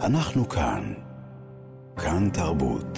אנחנו כאן. כאן תרבות.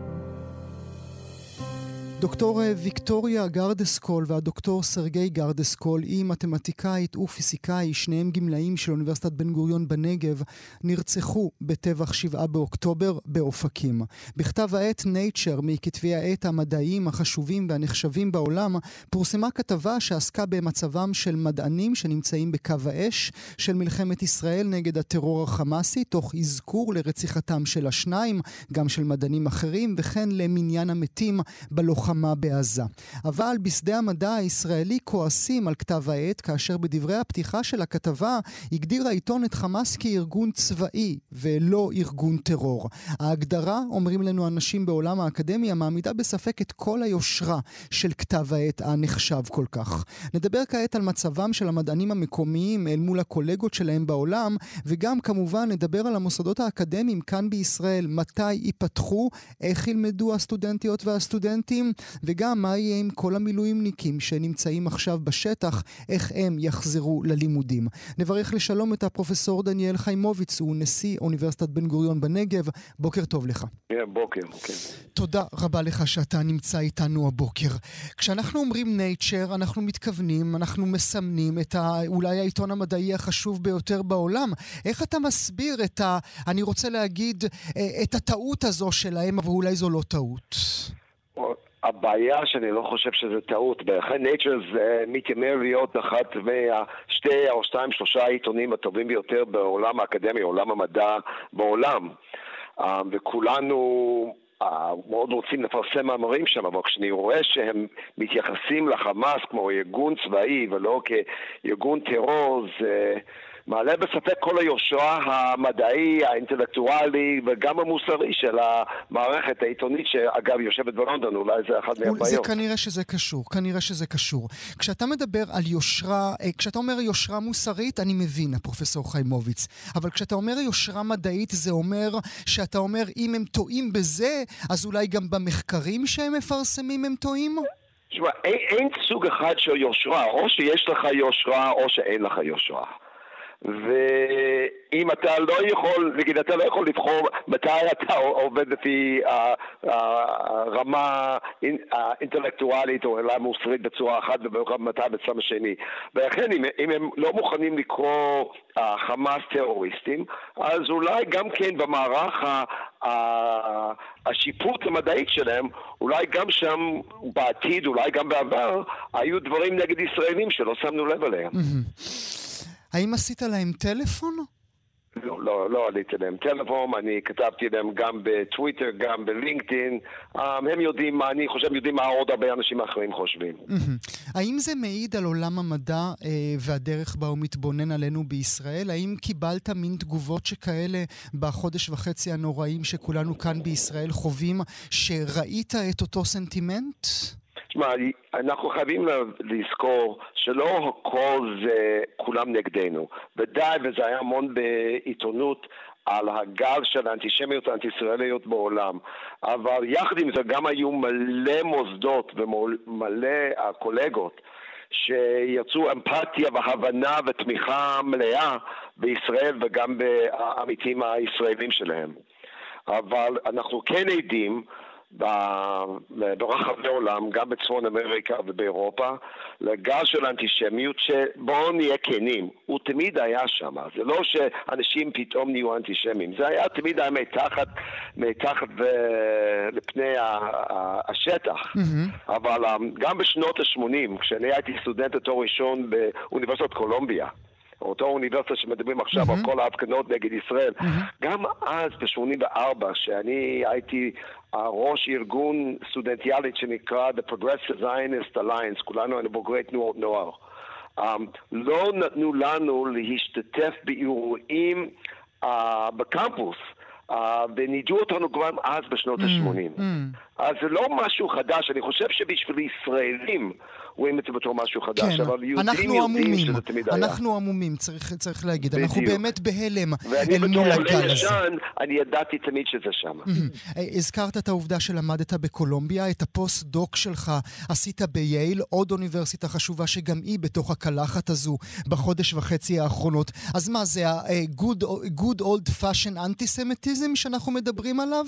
דוקטור ויקטוריה גרדסקול והדוקטור סרגי גרדסקול היא מתמטיקאית ופיזיקאי, שניהם גמלאים של אוניברסיטת בן גוריון בנגב, נרצחו בטבח 7 באוקטובר באופקים. בכתב העת Nature, מכתבי העת המדעיים החשובים והנחשבים בעולם, פורסמה כתבה שעסקה במצבם של מדענים שנמצאים בקו האש של מלחמת ישראל נגד הטרור החמאסי, תוך אזכור לרציחתם של השניים, גם של מדענים אחרים, וכן למניין המתים בלוחמה בעזה. אבל בשדה המדע הישראלי כועסים על כתב העת, כאשר בדברי הפתיחה של הכתבה הגדיר העיתון את חמאס כארגון צבאי ולא ארגון טרור. ההגדרה, אומרים לנו אנשים בעולם האקדמיה, מעמידה בספק את כל היושרה של כתב העת הנחשב כל כך. נדבר כעת על מצבם של המדענים המקומיים אל מול הקולגות שלהם בעולם, וגם כמובן נדבר על המוסדות האקדמיים כאן בישראל, מתי ייפתחו, איך ילמדו הסטודנטיות והסטודנטים, וגם מה יהיה עם כל המילואימניקים שנמצאים עכשיו בשטח, איך הם יחזרו ללימודים. נברך לשלום את הפרופסור דניאל חיימוביץ, הוא נשיא אוניברסיטת בן גוריון בנגב. בוקר טוב לך. בוקר, כן. תודה רבה לך שאתה נמצא איתנו הבוקר. כשאנחנו אומרים Nature, אנחנו מתכוונים, אנחנו מסמנים את אולי העיתון המדעי החשוב ביותר בעולם. איך אתה מסביר אני רוצה להגיד, את הטעות הזו שלהם, אבל אולי זו לא טעות? הבעיה שאני לא חושב שזה טעות. בהכן Nature זה מתיימר להיות אחת מהשתי או שתיים שלושה העיתונים הטובים ביותר בעולם האקדמי, עולם המדע בעולם. וכולנו מאוד רוצים לפרסם מאמרים שם, אבל כשאני רואה שהם מתייחסים לחמאס כמו ארגון צבאי ולא כארגון טרור, זה מעלה בספק כל היושרה המדעי, האינטלקטואלי וגם המוסרי של המערכת העיתונית, שאגב יושבת בלונדון, אולי זה אחד מהבעיות. זה כנראה שזה קשור. כשאתה מדבר על יושרה, כשאתה אומר יושרה מוסרית, אני מבין, הפרופסור חיימוביץ, אבל כשאתה אומר יושרה מדעית, זה אומר שאתה אומר אם הם טועים בזה, אז אולי גם במחקרים שהם מפרסמים הם טועים? תשמע, אין סוג אחד של יושרה, או שיש לך יושרה או שאין לך יושרה. ואם אתה לא יכול, נגיד אתה לא יכול לבחור מתי אתה עובד לפי הרמה האינטלקטואלית או אלה מוסרית בצורה אחת ומתי בצד השני. ולכן אם הם לא מוכנים לקרוא חמאס טרוריסטים, אז אולי גם כן במערך השיפוט המדעית שלהם, אולי גם שם בעתיד, אולי גם בעבר, היו דברים נגד ישראלים שלא שמנו לב עליהם. האם עשית להם טלפון? לא עליתי להם טלפון, אני כתבתי להם גם בטוויטר, גם בלינקדאין, הם יודעים מה, אני חושב יודעים מה עוד הרבה אנשים אחרים חושבים. האם זה מעיד על עולם המדע והדרך בה הוא מתבונן עלינו בישראל? האם קיבלת מין תגובות שכאלה בחודש וחצי הנוראים שכולנו כאן בישראל חווים, שראית את אותו סנטימנט? תשמע, אנחנו חייבים לזכור שלא הכל זה כולם נגדנו. ודאי, וזה היה המון בעיתונות על הגל של האנטישמיות האנטי-ישראליות בעולם. אבל יחד עם זה גם היו מלא מוסדות ומלא הקולגות שיצאו אמפתיה והבנה ותמיכה מלאה בישראל וגם בעמיתים הישראלים שלהם. אבל אנחנו כן עדים ברחבי העולם, גם בצפון אמריקה ובאירופה, לגל של אנטישמיות שבואו נהיה כנים, הוא תמיד היה שם. זה לא שאנשים פתאום נהיו אנטישמים, זה היה תמיד היה מתחת לפני השטח. אבל גם בשנות ה-80, כשאני הייתי סטודנט לתואר ראשון באוניברסיטת קולומביה, אותו אוניברסיטה שמדברים עכשיו על כל ההפגנות נגד ישראל, גם אז ב-84, שאני הייתי ראש ארגון סטודנטיאלית שנקרא The Progressive Zionist Alliance, כולנו היינו בוגרי תנועות נוער, לא נתנו לנו להשתתף באירועים בקמפוס, ונידו אותנו כבר אז בשנות ה-80. אז זה לא משהו חדש. אני חושב שבשביל ישראלים רואים את זה בתור משהו חדש. כן, אבל אנחנו יודעים שזה תמיד היה. אנחנו עמומים, צריך להגיד. אנחנו בדיוק. באמת בהלם ואני אל מול בתור הגל עולה הזה. ישן, אני ידעתי תמיד שזה שם. הזכרת את העובדה שלמדת בקולומביה, את הפוסט-דוק שלך עשית בייל, עוד אוניברסיטה חשובה שגם היא בתוך הקלחת הזו בחודש וחצי האחרונות. אז מה זה, ה-good old fashion antisemitism שאנחנו מדברים עליו?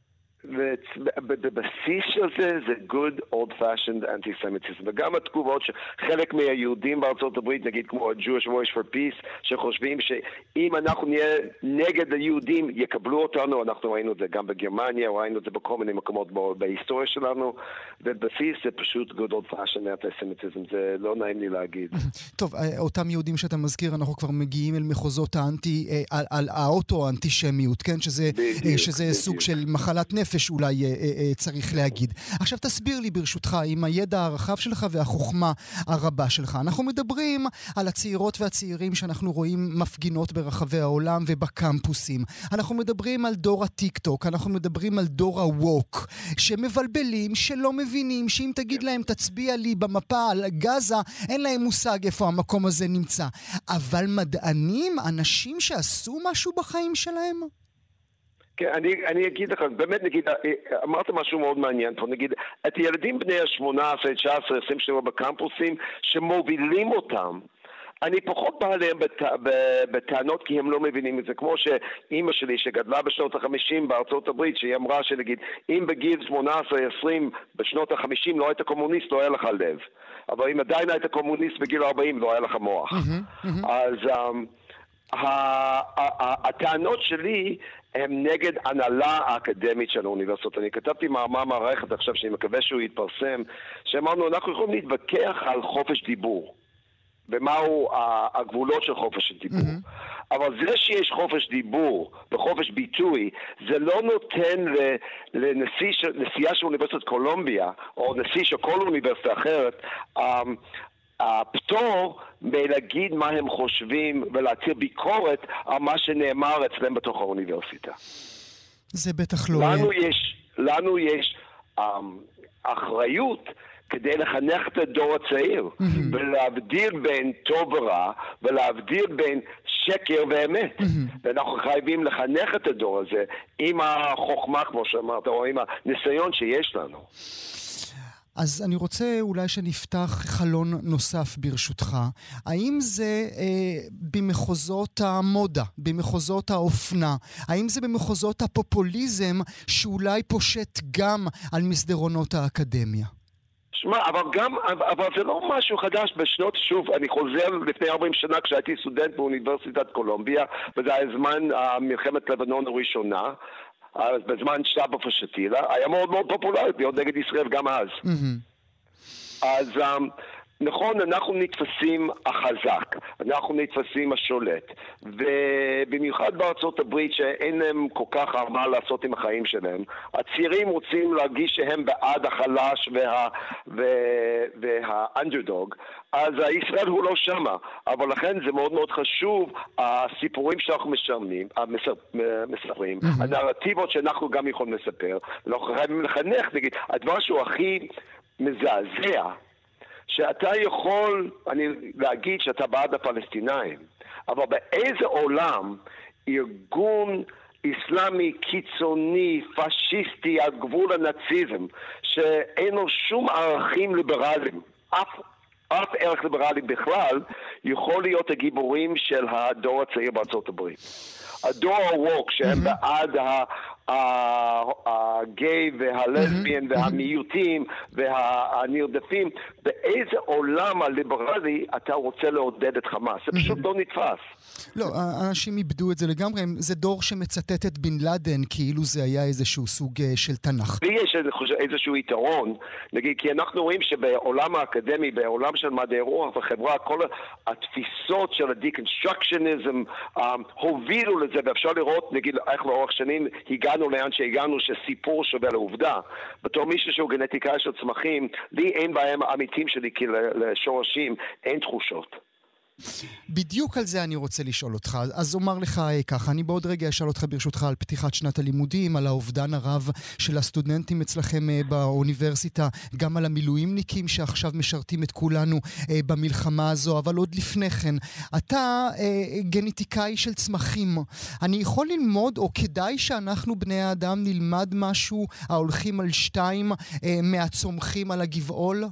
ובבסיס של זה good old fashioned anti-Semitism, וגם התגובות שחלק מהיהודים בארצות הברית, נגיד כמו Jewish Voice for Peace, שחושבים שאם אנחנו נהיה נגד היהודים יקבלו אותנו, אנחנו ראינו את זה גם בגרמניה, ראינו את זה בכל מיני מקומות בהיסטוריה שלנו, ובבסיס זה פשוט good old fashioned anti-Semitism, זה לא נעים לי להגיד. טוב, אותם יהודים שאתה מזכיר, אנחנו כבר מגיעים אל מחוזות על האוטו-אנטישמיות, כן? שזה סוג של מחלת נפש אולי צריך להגיד. עכשיו תסביר לי ברשותך, עם הידע הרחב שלך והחוכמה הרבה שלך. אנחנו מדברים על הצעירות והצעירים שאנחנו רואים מפגינות ברחבי העולם ובקמפוסים. אנחנו מדברים על דור הטיק-טוק, אנחנו מדברים על דור הווק, שמבלבלים, שלא מבינים, שאם תגיד להם תצביע לי במפה על גזה, אין להם מושג איפה המקום הזה נמצא. אבל מדענים, אנשים שעשו משהו בחיים שלהם? כן, אני אגיד לך, באמת נגיד, אמרת משהו מאוד מעניין פה, נגיד, את ילדים בני ה-18, 19, 20 שנה בקמפוסים, שמובילים אותם, אני פחות בא עליהם בטענות כי הם לא מבינים את זה, כמו שאימא שלי שגדלה בשנות ה-50 בארצות הברית, שהיא אמרה שנגיד, אם בגיל 18-20 בשנות ה-50 לא היית קומוניסט, לא היה לך לב, אבל אם עדיין היית קומוניסט בגיל 40 לא היה לך מוח. אז הטענות שלי הם נגד הנהלה האקדמית של האוניברסיטות. אני כתבתי מאמר מערכת עכשיו שאני מקווה שהוא יתפרסם, שאמרנו אנחנו יכולים להתווכח על חופש דיבור ומהו הגבולות של חופש דיבור. אבל זה שיש חופש דיבור וחופש ביטוי, זה לא נותן לנשיאה של אוניברסיטת קולומביה או נשיא של כל אוניברסיטה אחרת הפטור בלהגיד מה הם חושבים ולהציע ביקורת על מה שנאמר אצלם בתוך האוניברסיטה. זה בטח לא... לנו יש אחריות כדי לחנך את הדור הצעיר ולהבדיל בין טוב ורע ולהבדיל בין שקר ואמת. ואנחנו חייבים לחנך את הדור הזה עם החוכמה, כמו שאמרת, או עם הניסיון שיש לנו. אז אני רוצה אולי שנפתח חלון נוסף ברשותך. האם זה במחוזות המודה, במחוזות האופנה? האם זה במחוזות הפופוליזם שאולי פושט גם על מסדרונות האקדמיה? שמע, אבל זה לא משהו חדש בשנות, שוב, אני חוזר לפני 40 שנה כשהייתי סטודנט באוניברסיטת קולומביה, וזה היה זמן מלחמת לבנון הראשונה, בזמן שטאב הפשטילה, היה מאוד מאוד פופולרי להיות נגד ישראל גם אז. אז נכון, אנחנו נתפסים החזק, אנחנו נתפסים השולט, ובמיוחד בארצות הברית שאין להם כל כך מה לעשות עם החיים שלהם, הצעירים רוצים להרגיש שהם בעד החלש והאנדרדוג, אז ישראל הוא לא שמה, אבל לכן זה מאוד מאוד חשוב, הסיפורים שאנחנו מספרים, הנרטיבות שאנחנו גם יכולים לספר, אנחנו חייבים לחנך, נגיד, הדבר שהוא הכי מזעזע, שאתה יכול, להגיד שאתה בעד הפלסטינאים, אבל באיזה עולם ארגון איסלאמי קיצוני, פשיסטי, על גבול הנאציזם, שאין לו שום ערכים ליברליים, אף ערך ליברלי בכלל, יכול להיות הגיבורים של הדור הצעיר בארצות הברית. הדור הווק, שהם בעד הגיי והלסביאן והמיעוטים והנרדפים, באיזה עולם הליברלי אתה רוצה לעודד את חמאס? זה פשוט לא נתפס. לא, אנשים איבדו את זה לגמרי. זה דור שמצטט את בן לאדן כאילו זה היה איזשהו סוג של תנ"ך. ויש איזשהו יתרון, נגיד, כי אנחנו רואים שבעולם האקדמי, בעולם של מדעי רוח וחברה, כל התפיסות של הדיקונסטרקשניזם הובילו לזה, ואפשר לראות, נגיד, איך לאורך שנים הגענו לאן שהגענו, שסיפור שווה לעובדה. בתור מישהו שהוא גנטיקאי של צמחים, לי אין בהם עמיתים שלי, כי לשורשים אין תחושות. בדיוק על זה אני רוצה לשאול אותך. אז אומר לך ככה, אני בעוד רגע אשאל אותך ברשותך על פתיחת שנת הלימודים, על האובדן הרב של הסטודנטים אצלכם באוניברסיטה, גם על המילואימניקים שעכשיו משרתים את כולנו במלחמה הזו, אבל עוד לפני כן, אתה גנטיקאי של צמחים. אני יכול ללמוד, או כדאי שאנחנו בני האדם נלמד משהו, ההולכים על 2 מהצומחים על הגבעול?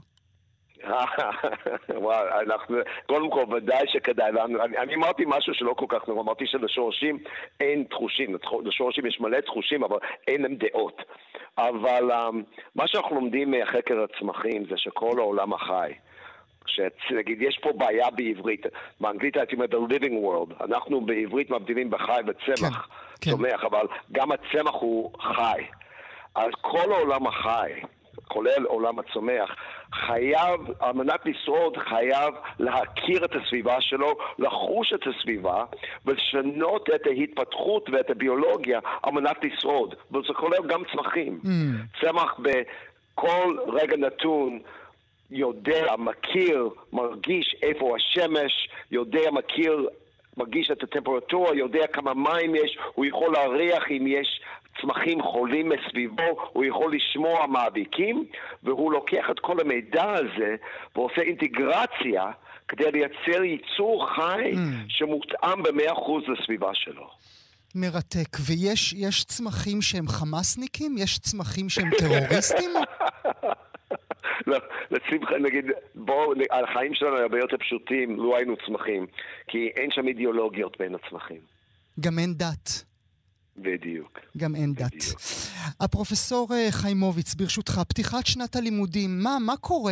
אנחנו, קודם כל, ודאי שכדאי לנו. אני אמרתי משהו שלא כל כך נורא, אמרתי שלשורשים אין תחושים, לשורשים יש מלא תחושים, אבל אין להם דעות. אבל מה שאנחנו לומדים מחקר הצמחים זה שכל העולם החי, שנגיד, יש פה בעיה בעברית, באנגלית הייתי אומר the living world, אנחנו בעברית מבדילים בחי וצמח, צומח, אבל גם הצמח הוא חי. אז כל העולם החי, כולל עולם הצומח, חייב, על מנת לשרוד, חייב להכיר את הסביבה שלו, לחוש את הסביבה, ולשנות את ההתפתחות ואת הביולוגיה על מנת לשרוד. וזה כולל גם צמחים. צמח בכל רגע נתון יודע, מכיר, מרגיש איפה השמש, יודע, מרגיש את הטמפרטורה, יודע כמה מים יש, הוא יכול להריח אם יש צמחים חולים מסביבו, הוא יכול לשמוע מאביקים, והוא לוקח את כל המידע הזה ועושה אינטגרציה כדי לייצר ייצור חי שמותאם ב100% לסביבה שלו. מרתק. ויש צמחים שהם חמאסניקים? יש צמחים שהם טרוריסטים? לשמחה, נגיד, בואו, החיים שלנו הרבה יותר פשוטים, לא היינו צמחים, כי אין שם אידיאולוגיות בין הצמחים. גם אין דת. בדיוק. גם אין דת. הפרופסור חיימוביץ, ברשותך, פתיחת שנת הלימודים, מה קורה?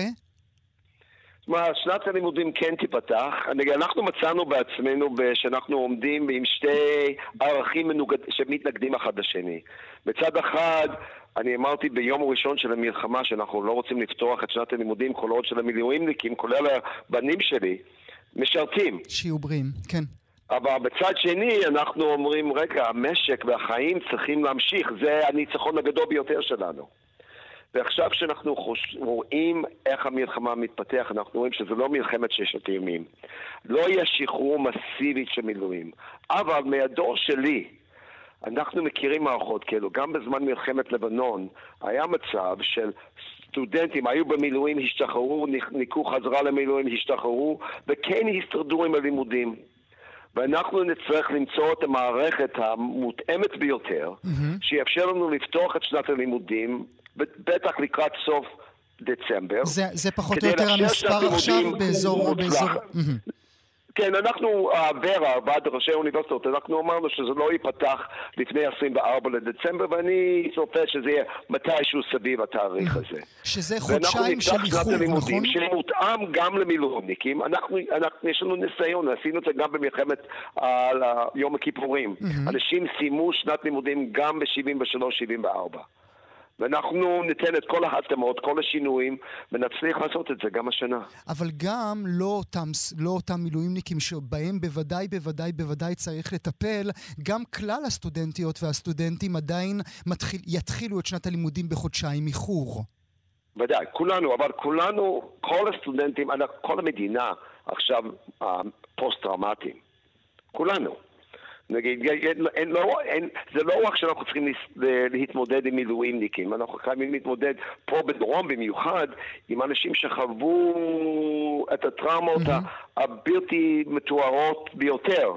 שנת הלימודים כן תיפתח. אנחנו מצאנו בעצמנו שאנחנו עומדים עם שתי ערכים שמתנגדים אחד לשני. בצד אחד, אני אמרתי ביום הראשון של המלחמה שאנחנו לא רוצים לפתוח את שנת הלימודים כל עוד של המילואימניקים, כולל הבנים שלי, משרתים. שיהיו בריאים, כן. אבל בצד שני אנחנו אומרים, רגע, המשק והחיים צריכים להמשיך, זה הניצחון הגדול ביותר שלנו. ועכשיו כשאנחנו רואים איך המלחמה מתפתח, אנחנו רואים שזה לא מלחמת 6 הימים. לא יהיה שחרור מסיבית של מילואים. אבל מהדור שלי, אנחנו מכירים מערכות כאלו. גם בזמן מלחמת לבנון היה מצב של סטודנטים היו במילואים, השתחררו, ניקו חזרה למילואים, השתחררו, וכן הסתרדו עם הלימודים. ואנחנו נצטרך למצוא את המערכת המותאמת ביותר, שיאפשר לנו לפתוח את שנת הלימודים, בטח לקראת סוף דצמבר. זה פחות או יותר המספר עכשיו באזור... כן, אנחנו, ועד ראשי האוניברסיטאות, אנחנו אמרנו שזה לא ייפתח לפני 24 לדצמבר, ואני צופה שזה יהיה מתישהו סביב התאריך הזה. שזה חודשיים של איחור, נכון? שמותאם גם למילואימניקים. יש לנו ניסיון, עשינו את זה גם במלחמת על יום הכיפורים. אנשים סיימו שנת לימודים גם ב-73-74. ואנחנו ניתן את כל ההתאמות, כל השינויים, ונצליח לעשות את זה גם השנה. אבל גם לא אותם מילואימניקים שבהם בוודאי צריך לטפל, גם כלל הסטודנטיות והסטודנטים עדיין יתחילו את שנת הלימודים בחודשיים איחור. ודאי, כולנו, כל הסטודנטים, כל המדינה עכשיו פוסט-טראומטיים. כולנו. נגיד, זה לא רק שאנחנו צריכים להתמודד עם מילואימניקים, אנחנו חייבים להתמודד פה בדרום במיוחד עם אנשים שחוו את הטראומות הבלתי מתוארות ביותר.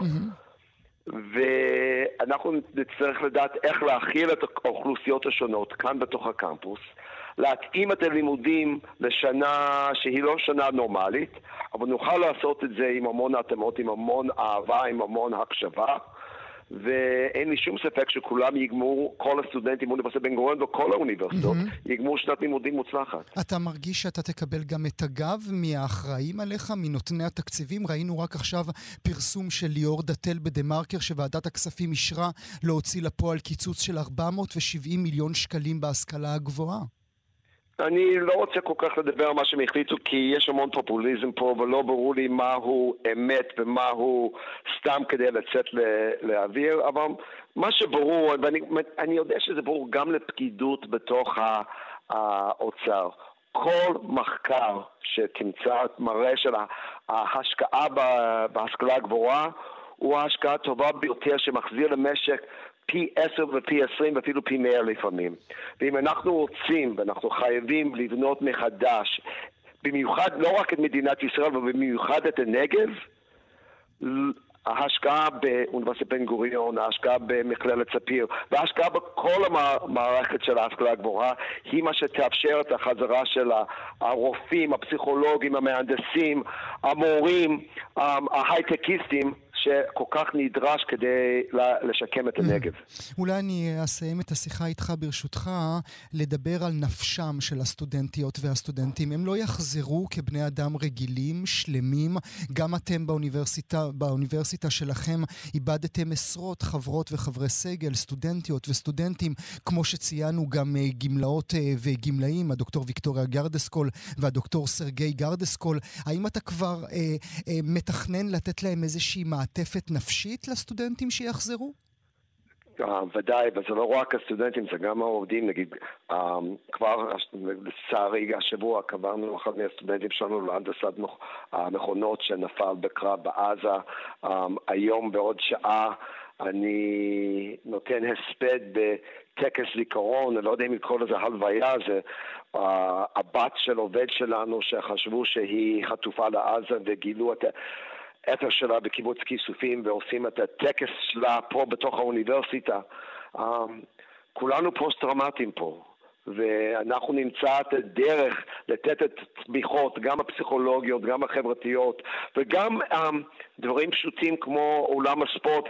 ואנחנו נצטרך לדעת איך להכיל את האוכלוסיות השונות כאן בתוך הקמפוס, להתאים את הלימודים לשנה שהיא לא שנה נורמלית, אבל נוכל לעשות את זה עם המון התאמות, עם המון אהבה, עם המון הקשבה, ואין לי שום ספק שכולם יגמרו, כל הסטודנטים באוניברסיטת בן גוריון וכל האוניברסיטות יגמרו שנת לימודים מוצלחת. אתה מרגיש שאתה תקבל גם את הגב מהאחראים עליך, מנותני התקציבים? ראינו רק עכשיו פרסום של ליאור דטל בדמרקר שוועדת הכספים אישרה להוציא לפועל קיצוץ של 470 מיליון שקלים בהשכלה הגבוהה. אני לא רוצה כל כך לדבר על מה שהם החליטו, כי יש המון פופוליזם פה, ולא ברור לי מהו אמת ומהו סתם כדי לצאת לאוויר, אבל מה שברור, ואני יודע שזה ברור גם לפקידות בתוך האוצר, כל מחקר שתמצא מראה של ההשקעה בהשכלה הגבוהה הוא ההשקעה הטובה ביותר שמחזיר למשק פי 10 ופי 20 ואפילו פי 100 לפעמים. ואם אנחנו רוצים ואנחנו חייבים לבנות מחדש, במיוחד לא רק את מדינת ישראל, אבל במיוחד את הנגב, ההשקעה באוניברסיטת בן גוריון, ההשקעה במכללת ספיר, וההשקעה בכל המערכת של ההשכלה הגבוהה, היא מה שתאפשר את החזרה של הרופאים, הפסיכולוגים, המהנדסים, המורים, ההייטקיסטים, שכל כך נדרש כדי לשקם את הנגב. אולי אני אסיים את השיחה איתך ברשותך לדבר על נפשם של הסטודנטיות והסטודנטים. הם לא יחזרו כבני אדם רגילים, שלמים. גם אתם באוניברסיטה שלכם איבדתם עשרות חברות וחברי סגל, סטודנטיות וסטודנטים, כמו שציינו גם גמלאות וגמלאים, הדוקטור ויקטוריה גרדסקול והדוקטור סרגי גרדסקול. האם אתה כבר מתכנן לתת להם איזושהי מעטפת נפשית לסטודנטים שיחזרו? ודאי, וזה לא רק הסטודנטים, זה גם העובדים. נגיד, כבר לצערי השבוע קברנו אחד מהסטודנטים שלנו להנדסת המכונות שנפל בקרב בעזה. היום בעוד שעה אני נותן הספד בטקס זיכרון, אני לא יודע אם לקרוא לזה הלוויה, זה הבת של עובד שלנו שחשבו שהיא חטופה לעזה וגילו את האתר שלה בקיבוץ כיסופים ועושים את הטקס שלה פה בתוך האוניברסיטה. כולנו פוסט-טראומטיים פה, ואנחנו נמצא את הדרך לתת את תמיכות, גם הפסיכולוגיות, גם החברתיות, וגם דברים פשוטים כמו עולם הספורט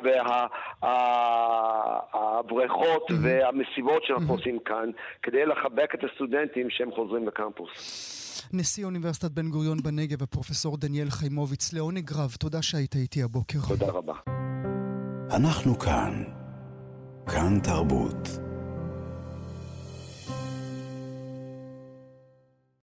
והבריכות והמסיבות שאנחנו עושים כאן, כדי לחבק את הסטודנטים שהם חוזרים לקמפוס. נשיא אוניברסיטת בן גוריון בנגב, הפרופסור דניאל חיימוביץ, לעונג רב, תודה שהיית איתי הבוקר. תודה רבה. אנחנו כאן תרבות.